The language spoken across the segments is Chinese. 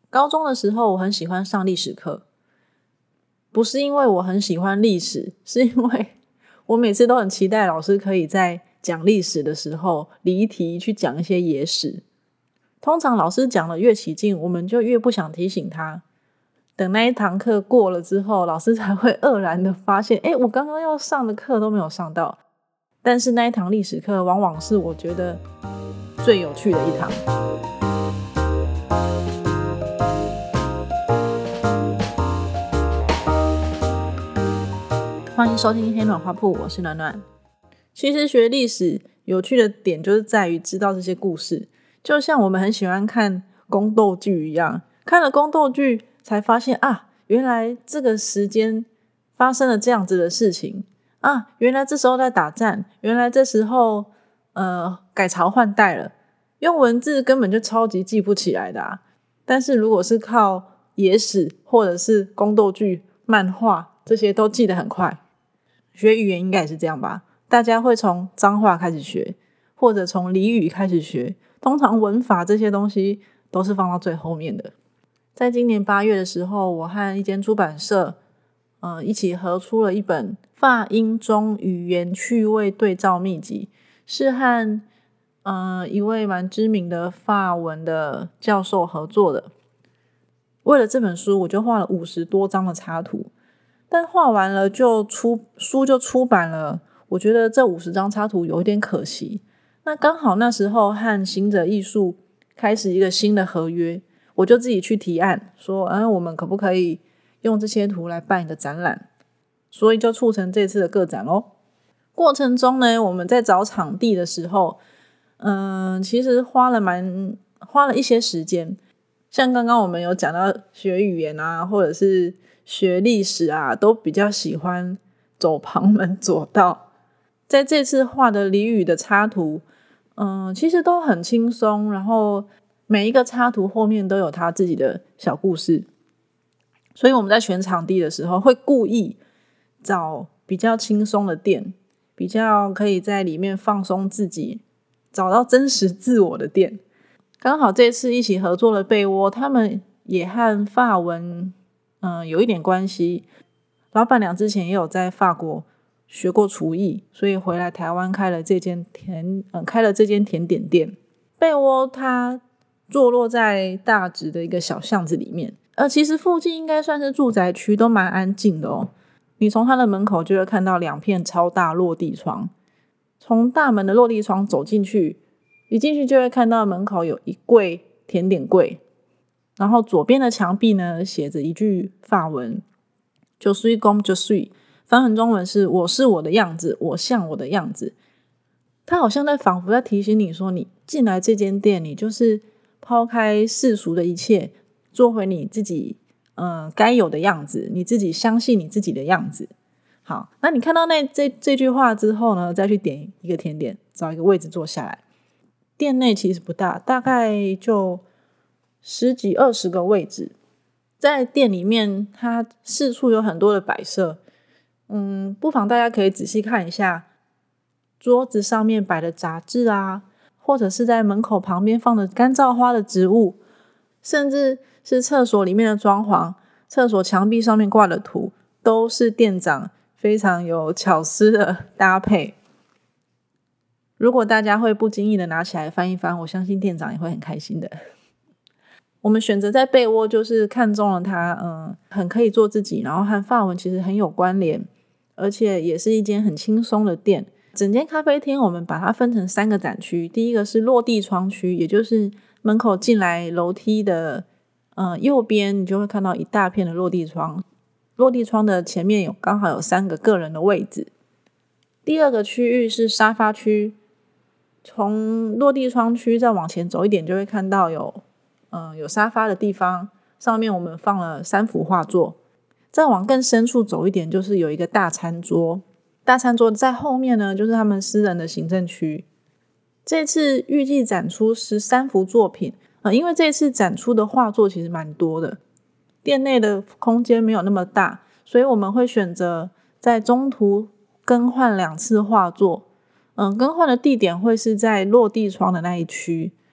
高中的时候我很喜欢上历史课，不是因为我很喜欢历史，是因为我每次都很期待老师可以在讲历史的时候离题去讲一些野史。通常老师讲的越起劲，我们就越不想提醒他。等那一堂课过了之后，老师才会愕然的发现，我刚刚要上的课都没有上到。但是那一堂历史课往往是我觉得最有趣的一堂。欢迎收听黑暖花铺，我是暖暖。其实学历史有趣的点就是在于知道这些故事，就像我们很喜欢看宫斗剧一样，看了宫斗剧才发现原来这个时间发生了这样子的事情原来这时候在打战，原来这时候改朝换代了，用文字根本就超级记不起来的但是如果是靠野史或者是宫斗剧、漫画，这些都记得很快。学语言应该也是这样吧，大家会从脏话开始学，或者从俚语开始学，通常文法这些东西都是放到最后面的。在今年8月的时候，我和一间出版社一起合出了一本法英中语言趣味对照秘籍，是和一位蛮知名的法文的教授合作的。为了这本书，我就画了50多张的插图，但画完了书就出版了，我觉得这50张插图有一点可惜。那刚好那时候和行者艺术开始一个新的合约，我就自己去提案说我们可不可以用这些图来办一个展览，所以就促成这次的个展咯。过程中呢，我们在找场地的时候其实花了一些时间。像刚刚我们有讲到学语言或者是学历史都比较喜欢走旁门左道。在这次画的俚语的插图其实都很轻松，然后每一个插图后面都有他自己的小故事，所以我们在选场地的时候会故意找比较轻松的店，比较可以在里面放松自己，找到真实自我的店。刚好这次一起合作的被窝，他们也和法文有一点关系，老板娘之前也有在法国学过厨艺，所以回来台湾开了这间甜点店。被窝它坐落在大直的一个小巷子里面，其实附近应该算是住宅区，都蛮安静的哦。你从它的门口就会看到2片超大落地窗，从大门的落地窗走进去，一进去就会看到门口有一柜甜点柜，然后左边的墙壁呢写着一句法文 Je suis comme je suis， 翻成中文是我是我的样子，我像我的样子。它好像仿佛在提醒你说，你进来这间店，你就是抛开世俗的一切，做回你自己该有的样子，你自己相信你自己的样子。好，那你看到这句话之后呢，再去点一个甜点，找一个位置坐下来。店内其实不大，大概就10几20个位置。在店里面它四处有很多的摆设，不妨大家可以仔细看一下桌子上面摆的杂志或者是在门口旁边放的干燥花的植物，甚至是厕所里面的装潢，厕所墙壁上面挂的图，都是店长非常有巧思的搭配。如果大家会不经意的拿起来翻一翻，我相信店长也会很开心的。我们选择在被窝就是看中了它很可以做自己，然后和法文其实很有关联，而且也是一间很轻松的店。整间咖啡厅我们把它分成3个展区，第一个是落地窗区，也就是门口进来楼梯的右边，你就会看到一大片的落地窗，落地窗的前面刚好有3个个人的位置。第二个区域是沙发区，从落地窗区再往前走一点，就会看到有沙发的地方，上面我们放了3幅画作。再往更深处走一点，就是有一个大餐桌，大餐桌在后面呢，就是他们私人的行政区。这次预计展出13幅作品因为这次展出的画作其实蛮多的，店内的空间没有那么大，所以我们会选择在中途更换2次画作。更换的地点会是在落地窗的那一区，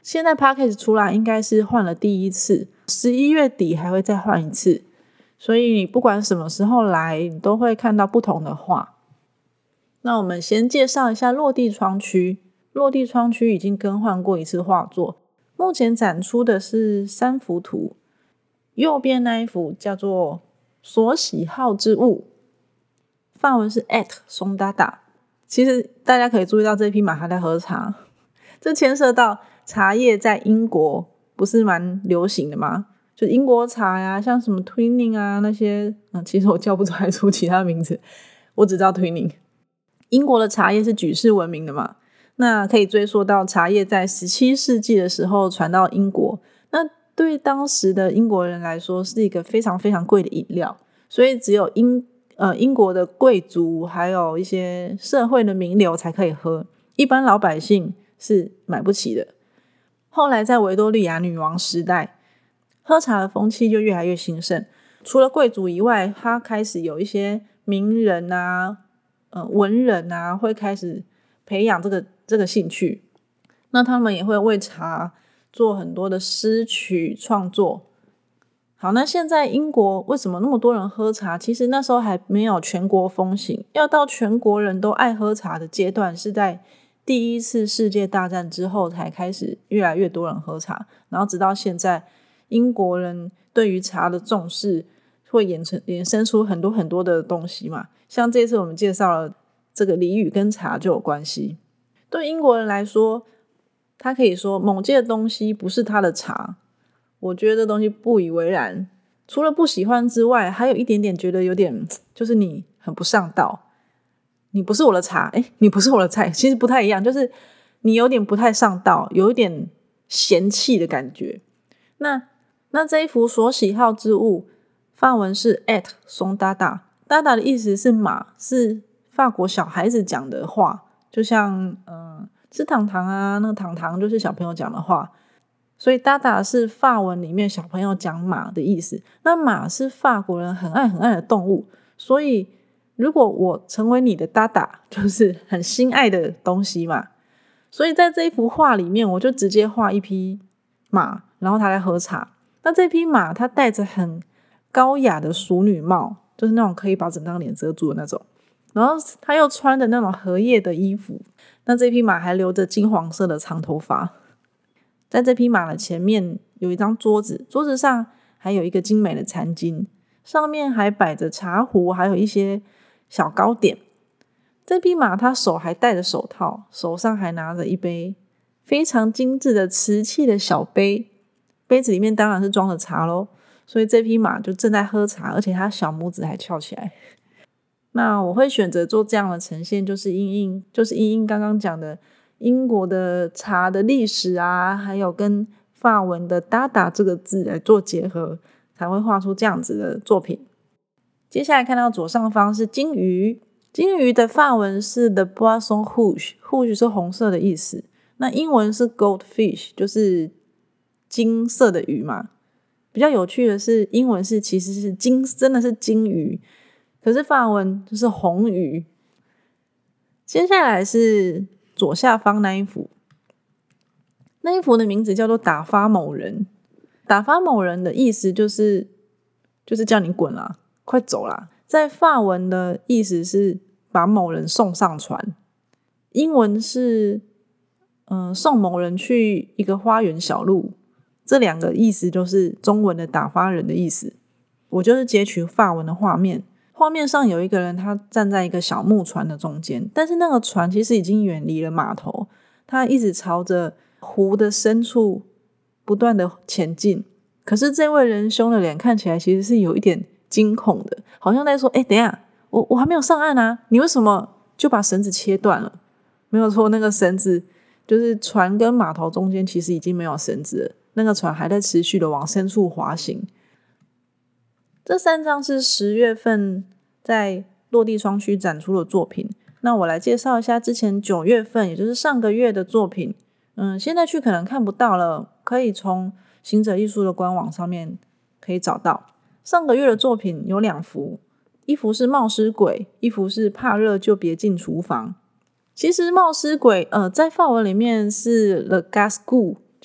现在 Podcast 出来应该是换了第一次，11月底还会再换一次，所以你不管什么时候来，你都会看到不同的画。那我们先介绍一下落地窗区。落地窗区已经更换过一次画作，目前展出的是3幅图。右边那一幅叫做所喜好之物，法文是 at 松达达。其实大家可以注意到这匹马它在喝茶，这牵涉到茶叶在英国不是蛮流行的吗？就英国茶呀，像什么 Twinning 啊那些，其实我叫不出来出其他名字，我只知道 Twinning。英国的茶叶是举世闻名的嘛，那可以追溯到茶叶在17世纪的时候传到英国，那对当时的英国人来说是一个非常非常贵的饮料，所以只有英国的贵族还有一些社会的名流才可以喝，一般老百姓是买不起的。后来在维多利亚女王时代，喝茶的风气就越来越兴盛，除了贵族以外，它开始有一些名人啊文人啊会开始培养这个兴趣，那他们也会为茶做很多的诗曲创作。好，那现在英国为什么那么多人喝茶？其实那时候还没有全国风行，要到全国人都爱喝茶的阶段是在第一次世界大战之后才开始越来越多人喝茶，然后直到现在英国人对于茶的重视会衍生出很多很多的东西嘛，像这次我们介绍了这个俚语跟茶就有关系。对英国人来说，他可以说某件东西不是他的茶，我觉得这东西不以为然，除了不喜欢之外，还有一点点觉得有点就是你很不上道，你不是我的茶，你不是我的菜，其实不太一样，就是你有点不太上道，有一点嫌弃的感觉。那这一幅所喜好之物，法文是 at 松达达，达达的意思是马，是法国小孩子讲的话，就像吃糖糖啊，那个糖糖就是小朋友讲的话，所以达达是法文里面小朋友讲马的意思。那马是法国人很爱很爱的动物，所以如果我成为你的达达，就是很心爱的东西嘛。所以在这一幅画里面，我就直接画一匹马，然后他在喝茶。那这匹马它戴着很高雅的淑女帽，就是那种可以把整张脸遮住的那种，然后他又穿的那种荷叶的衣服，那这匹马还留着金黄色的长头发。在这匹马的前面有一张桌子，桌子上还有一个精美的餐巾，上面还摆着茶壶，还有一些小糕点。这匹马它手还戴着手套，手上还拿着一杯非常精致的瓷器的小杯，杯子里面当然是装的茶咯，所以这匹马就正在喝茶，而且它小拇指还翘起来。那我会选择做这样的呈现，就是因应刚刚讲的英国的茶的历史啊，还有跟法文的达达这个字来做结合，才会画出这样子的作品。接下来看到左上方是金鱼，金鱼的法文是 the poisson rouge 是红色的意思，那英文是 goldfish 就是金色的鱼嘛。比较有趣的是英文其实是真的是金鱼，可是法文就是红鱼。接下来是左下方那一幅，那一幅的名字叫做打发某人。打发某人的意思就是叫你滚啦，快走啦。在法文的意思是把某人送上船，英文是送某人去一个花园小路，这两个意思就是中文的打发人的意思。我就是截取法文的画面，画面上有一个人，他站在一个小木船的中间，但是那个船其实已经远离了码头，他一直朝着湖的深处不断的前进。可是这位仁兄的脸看起来其实是有一点惊恐的，好像在说等一下，我还没有上岸啊，你为什么就把绳子切断了？没有错，那个绳子就是船跟码头中间其实已经没有绳子了，那个船还在持续的往深处滑行。这3张是10月份在落地窗区展出的作品，那我来介绍一下之前9月份，也就是上个月的作品。现在去可能看不到了，可以从行者艺术的官网上面可以找到。上个月的作品有2幅，一幅是冒失鬼，一幅是怕热就别进厨房。其实冒失鬼在法文里面是 le gascou，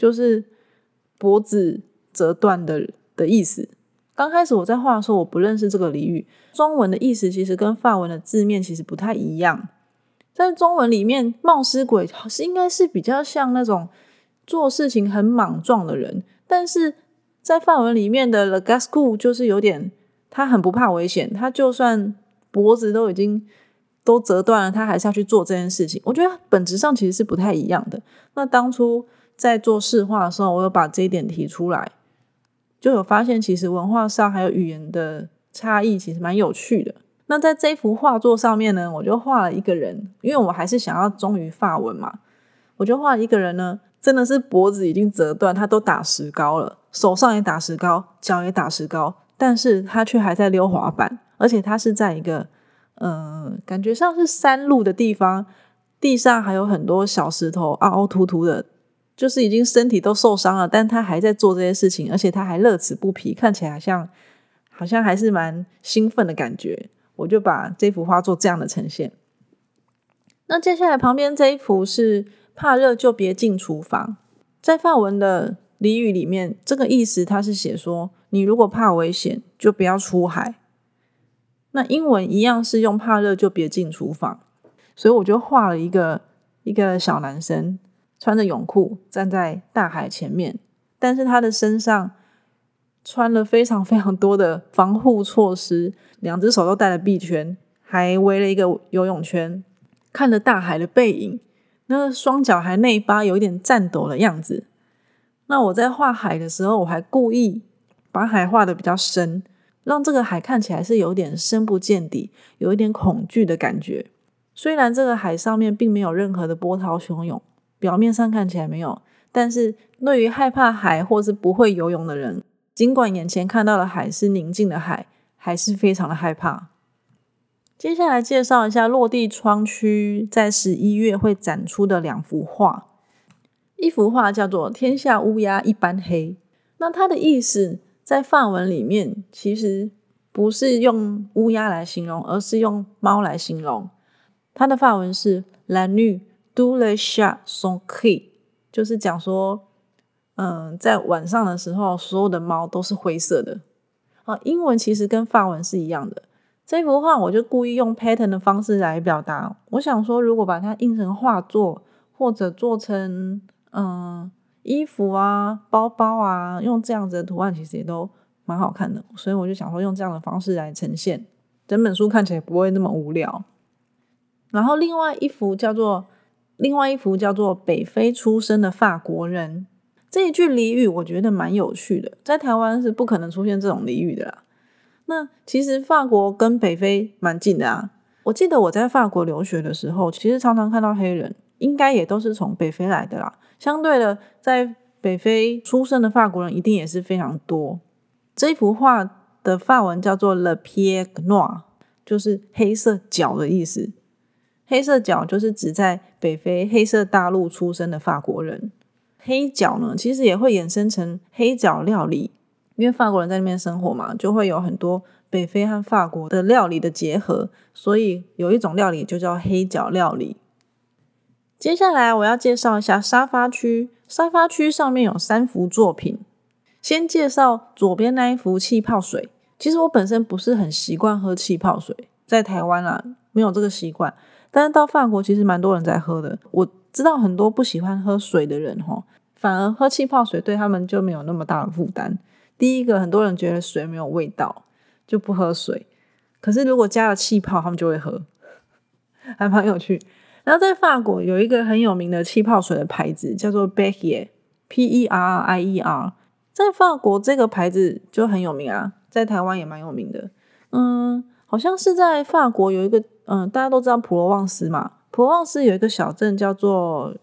就是脖子折断的意思。刚开始我在画的时候我不认识这个俚语，中文的意思其实跟法文的字面其实不太一样。在中文里面，冒失鬼应该是比较像那种做事情很莽撞的人，但是在法文里面的 Le Gascou 就是有点他很不怕危险，他就算脖子都折断了，他还是要去做这件事情。我觉得本质上其实是不太一样的。那当初在做试画的时候，我有把这一点提出来，就有发现其实文化上还有语言的差异其实蛮有趣的。那在这幅画作上面呢，我就画了一个人，因为我还是想要忠于法文嘛，我就画了一个人呢，真的是脖子已经折断，他都打石膏了，手上也打石膏，脚也打石膏，但是他却还在溜滑板，而且他是在一个感觉像是山路的地方，地上还有很多小石头凹凹凸凸的，就是已经身体都受伤了，但他还在做这些事情，而且他还乐此不疲，看起来好像还是蛮兴奋的感觉。我就把这幅画做这样的呈现。那接下来旁边这一幅是怕热就别进厨房。在法文的俚语里面，这个意思它是写说你如果怕危险就不要出海。那英文一样是用怕热就别进厨房，所以我就画了一个小男生穿着泳裤站在大海前面，但是他的身上穿了非常非常多的防护措施，2只手都戴了臂圈，还围了一个游泳圈，看着大海的背影，那双脚还内八，有一点颤抖的样子。那我在画海的时候，我还故意把海画得比较深，让这个海看起来是有点深不见底，有一点恐惧的感觉。虽然这个海上面并没有任何的波涛汹涌，表面上看起来没有，但是对于害怕海或是不会游泳的人，尽管眼前看到的海是宁静的海，还是非常的害怕。接下来介绍一下落地窗区在11月会展出的2幅画。一幅画叫做天下乌鸦一般黑，那它的意思在法文里面其实不是用乌鸦来形容，而是用猫来形容。它的法文是 La nuit tous les chats sont gris， 就是讲说在晚上的时候所有的猫都是灰色的。英文其实跟法文是一样的。这幅画我就故意用 pattern 的方式来表达，我想说如果把它印成画作，或者做成衣服啊包包啊，用这样子的图案其实也都蛮好看的，所以我就想说用这样的方式来呈现，整本书看起来不会那么无聊。然后另外一幅叫做北非出生的法国人，这一句俚语我觉得蛮有趣的，在台湾是不可能出现这种俚语的啦。那其实法国跟北非蛮近的啊，我记得我在法国留学的时候，其实常常看到黑人，应该也都是从北非来的啦。相对的，在北非出生的法国人一定也是非常多。这一幅画的法文叫做 Le Pied Noir， 就是黑色脚的意思。黑色脚就是指在北非黑色大陆出生的法国人。黑脚呢，其实也会衍生成黑脚料理，因为法国人在那边生活嘛，就会有很多北非和法国的料理的结合，所以有一种料理就叫黑脚料理。接下来我要介绍一下沙发区。沙发区上面有3幅作品，先介绍左边那一幅气泡水。其实我本身不是很习惯喝气泡水，在台湾啦没有这个习惯，但是到法国其实蛮多人在喝的。我知道很多不喜欢喝水的人反而喝气泡水对他们就没有那么大的负担。第一个，很多人觉得水没有味道就不喝水，可是如果加了气泡他们就会喝，还蛮有趣。然后在法国有一个很有名的气泡水的牌子叫做 Perrier P-E-R-R-I-E-R， 在法国这个牌子就很有名啊，在台湾也蛮有名的。好像是在法国有一个大家都知道普罗旺斯嘛，普罗旺斯有一个小镇叫做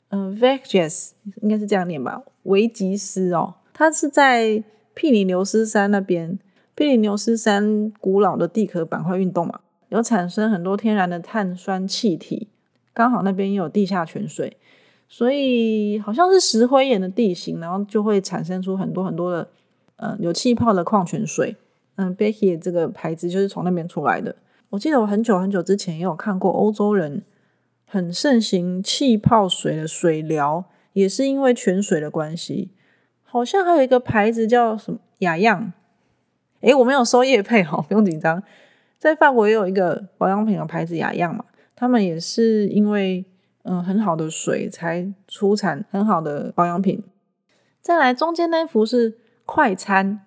Vergès， 应该是这样念吧，维吉斯它是在庇里牛斯山那边。庇里牛斯山古老的地壳板块运动嘛，有产生很多天然的碳酸气体，刚好那边也有地下泉水，所以好像是石灰岩的地形，然后就会产生出很多很多的有气泡的矿泉水。Becky 这个牌子就是从那边出来的。我记得我很久很久之前也有看过欧洲人很盛行气泡水的水疗， 也是因为泉水的关系。好像还有一个牌子叫什么雅漾，我没有收业配不用紧张。在法国也有一个保养品的牌子雅漾嘛，他们也是因为很好的水才出产很好的保养品。再来中间那幅是快餐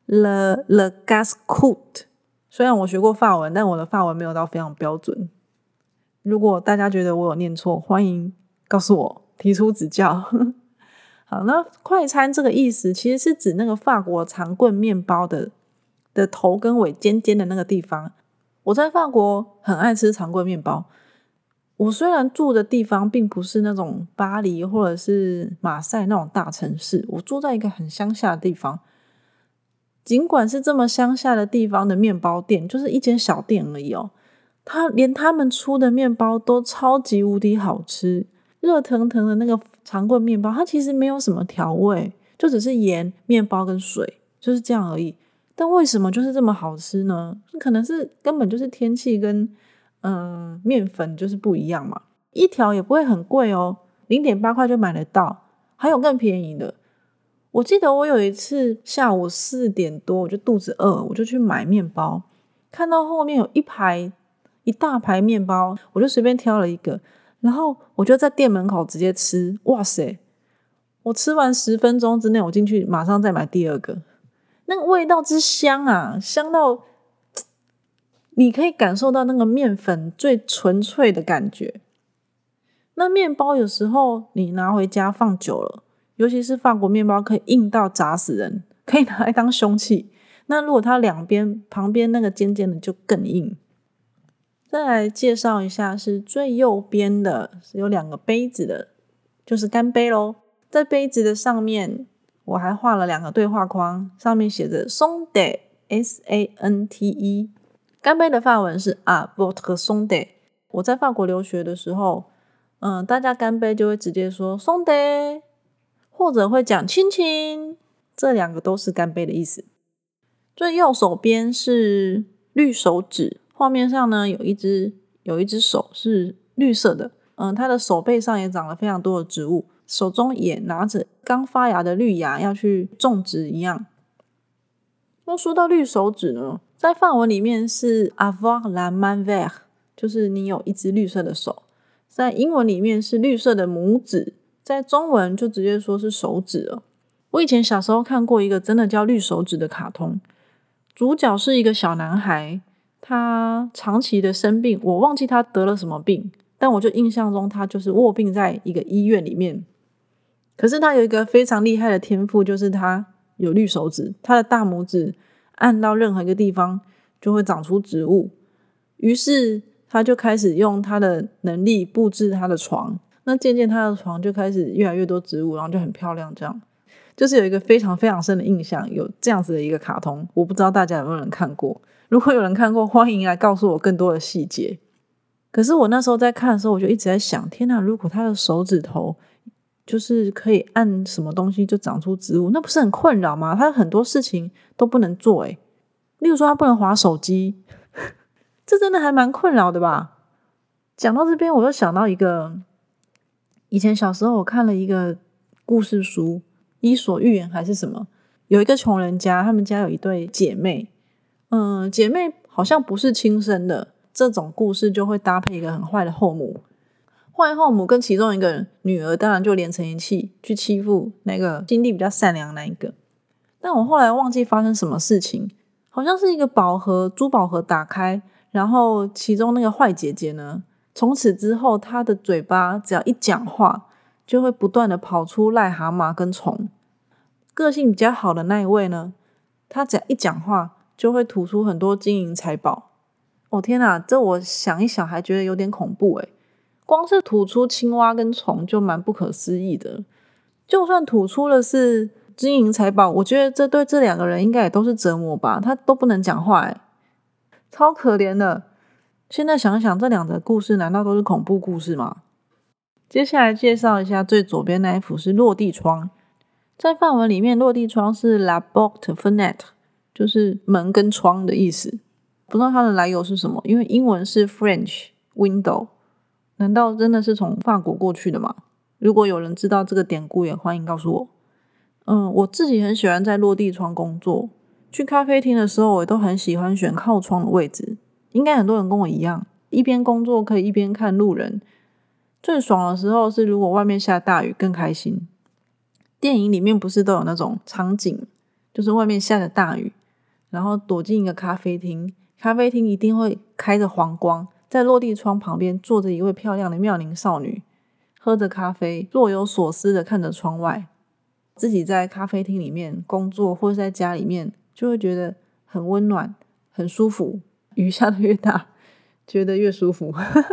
Le Gascoute， 虽然我学过法文，但我的法文没有到非常标准，如果大家觉得我有念错，欢迎告诉我，提出指教好，那快餐这个意思其实是指那个法国长棍面包的头跟尾尖尖的那个地方。我在法国很爱吃长棍面包，我虽然住的地方并不是那种巴黎或者是马赛那种大城市，我住在一个很乡下的地方，尽管是这么乡下的地方的面包店就是一间小店而已连他们出的面包都超级无敌好吃，热腾腾的那个长棍面包它其实没有什么调味，就只是盐、面包跟水，就是这样而已。但为什么就是这么好吃呢？可能是根本就是天气跟面粉就是不一样嘛。一条也不会很贵0.8块就买得到，还有更便宜的。我记得我有一次下午4点多我就肚子饿，我就去买面包，看到后面有一大排面包，我就随便挑了一个，然后我就在店门口直接吃。哇塞，我吃完10分钟之内我进去马上再买第二个，那个味道之香啊，香到你可以感受到那个面粉最纯粹的感觉。那面包有时候你拿回家放久了，尤其是法国面包可以硬到砸死人，可以拿来当凶器。那如果它旁边那个尖尖的就更硬。再来介绍一下是最右边的有2个杯子的，就是干杯咯。在杯子的上面我还画了2个对话框，上面写着 Sante S-A-N-T-E， 干杯的法文是 À votre santé。 我在法国留学的时候大家干杯就会直接说 Santé， 或者会讲亲亲，这2个都是干杯的意思。最右手边是绿手指，画面上呢有一只手是绿色的，它的手背上也长了非常多的植物，手中也拿着刚发芽的绿芽要去种植一样。那说到绿手指呢，在法文里面是 avoir la main verte， 就是你有一只绿色的手。在英文里面是绿色的拇指，在中文就直接说是手指了。我以前小时候看过一个真的叫绿手指的卡通，主角是一个小男孩，他长期的生病，我忘记他得了什么病，但我就印象中他就是卧病在一个医院里面。可是他有一个非常厉害的天赋，就是他有绿手指，他的大拇指按到任何一个地方就会长出植物，于是他就开始用他的能力布置他的床，那渐渐他的床就开始越来越多植物，然后就很漂亮，这样就是有一个非常非常深的印象，有这样子的一个卡通，我不知道大家有没有人看过，如果有人看过欢迎来告诉我更多的细节。可是我那时候在看的时候我就一直在想，天哪，如果他的手指头就是可以按什么东西就长出植物，那不是很困扰吗？他很多事情都不能做例如说他不能滑手机这真的还蛮困扰的吧。讲到这边我又想到一个，以前小时候我看了一个故事书，伊索寓言还是什么，有一个穷人家，他们家有一对姐妹，姐妹好像不是亲生的，这种故事就会搭配一个很坏的后母，坏后母跟其中一个女儿当然就连成一气去欺负那个心地比较善良的那一个。但我后来忘记发生什么事情，好像是一个珠宝盒打开，然后其中那个坏姐姐呢，从此之后她的嘴巴只要一讲话就会不断的跑出癞蛤蟆跟虫。个性比较好的那一位呢，她只要一讲话就会吐出很多金银财宝。天哪，这我想一想还觉得有点恐怖光是吐出青蛙跟虫就蛮不可思议的，就算吐出的是金银财宝，我觉得这对这2个人应该也都是折磨吧，他都不能讲话超可怜的。现在想想这2则故事难道都是恐怖故事吗？接下来介绍一下最左边那一幅是落地窗，在法文里面落地窗是 la porte fenêtre， 就是门跟窗的意思，不知道它的来由是什么，因为英文是 French window， 难道真的是从法国过去的吗？ 如果有人知道这个典故，也欢迎告诉我。我自己很喜欢在落地窗工作，去咖啡厅的时候，我也都很喜欢选靠窗的位置。应该很多人跟我一样，一边工作可以一边看路人。最爽的时候是如果外面下大雨更开心。电影里面不是都有那种场景，就是外面下着大雨，然后躲进一个咖啡厅，咖啡厅一定会开着黄光，在落地窗旁边坐着一位漂亮的妙龄少女，喝着咖啡，若有所思的看着窗外。自己在咖啡厅里面工作或者在家里面，就会觉得很温暖很舒服，雨下的越大觉得越舒服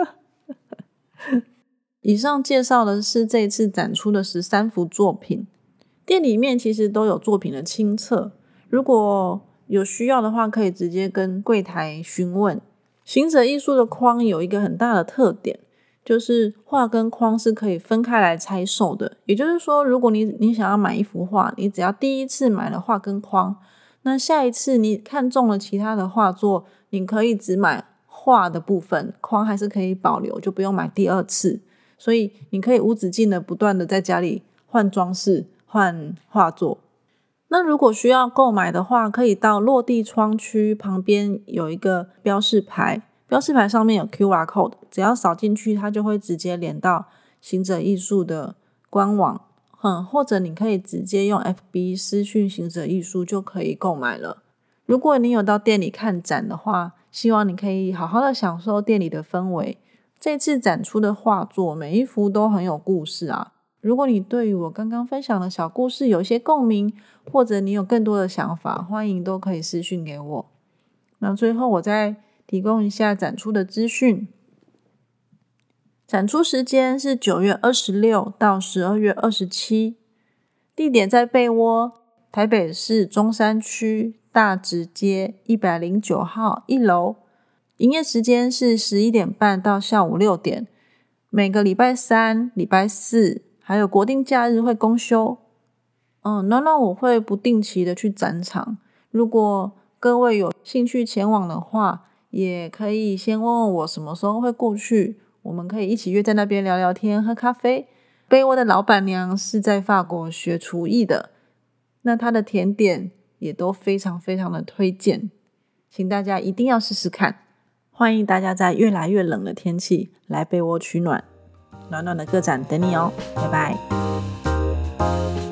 以上介绍的是这一次展出的13幅作品，店里面其实都有作品的清册，如果有需要的话可以直接跟柜台询问。行者艺术的框有一个很大的特点，就是画跟框是可以分开来拆售的，也就是说如果你想要买一幅画，你只要第一次买了画跟框，那下一次你看中了其他的画作，你可以只买画的部分，框还是可以保留，就不用买第二次。所以你可以无止境的不断的在家里换装饰换画作。那如果需要购买的话，可以到落地窗区旁边有一个标示牌，标示牌上面有 QR code， 只要扫进去它就会直接连到行者艺术的官网，或者你可以直接用 FB 私讯行者艺术就可以购买了。如果你有到店里看展的话，希望你可以好好的享受店里的氛围。这次展出的画作每一幅都很有故事啊，如果你对于我刚刚分享的小故事有一些共鸣，或者你有更多的想法，欢迎都可以私讯给我。那最后我再提供一下展出的资讯，展出时间是9月26到12月27，地点在被窝，台北市中山区大直街109号1楼，营业时间是11点半到下午6点，每个礼拜3、礼拜4还有国定假日会公休。暖暖我会不定期的去展场，如果各位有兴趣前往的话，也可以先问问我什么时候会过去，我们可以一起约在那边聊聊天喝咖啡。被窝的老板娘是在法国学厨艺的，那她的甜点也都非常非常的推荐，请大家一定要试试看。欢迎大家在越来越冷的天气来被窝取暖，暖暖的个展等你哦，拜拜。